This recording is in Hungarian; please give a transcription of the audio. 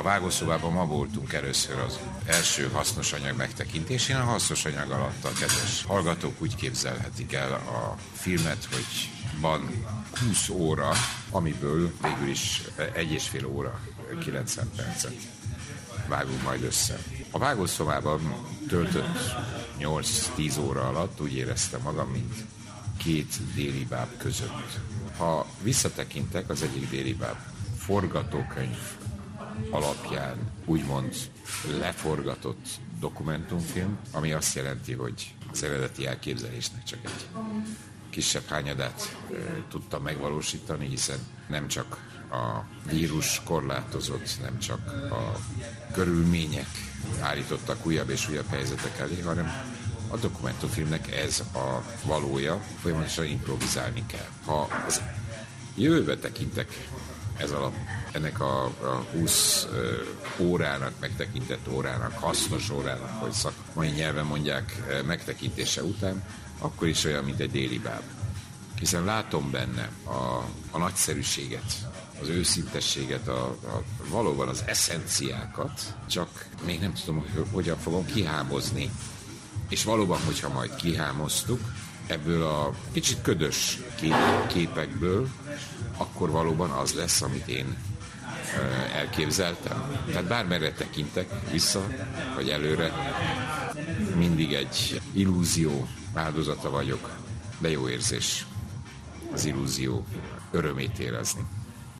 vágószobában ma voltunk először az első hasznos anyag megtekintésén. A hasznos anyag alatt a kedves hallgatók úgy képzelhetik el a filmet, hogy van 20 óra, amiből végül is 1,5 óra, 90 percet vágunk majd össze. A vágószobában töltött 8-10 óra alatt úgy éreztem magam, mint 2 délibáb között. Ha visszatekintek, az egyik délibáb forgatókönyv alapján úgymond leforgatott dokumentumfilm, ami azt jelenti, hogy az eredeti elképzelésnek csak egy kisebb hányadát tudtam megvalósítani, hiszen nem csak a vírus korlátozott, nem csak a körülmények állítottak újabb és újabb helyzetek elé, hanem a dokumentumfilmnek ez a valója, folyamatosan improvizálni kell. Ha az jövőbe tekintek ennek a 20 órának, megtekintett órának, hasznos órának, hogy szakmai nyelven mondják, megtekintése után, akkor is olyan, mint egy délibáb. Hiszen látom benne a nagyszerűséget, az őszintességet, valóban az eszenciákat, csak még nem tudom, hogy hogyan fogom kihámozni. És valóban, hogyha majd kihámoztuk ebből a kicsit ködös képekből, akkor valóban az lesz, amit én elképzeltem. Tehát bármerre tekintek vissza, vagy előre, mindig egy illúzió áldozata vagyok, de jó érzés az illúzió örömét érezni.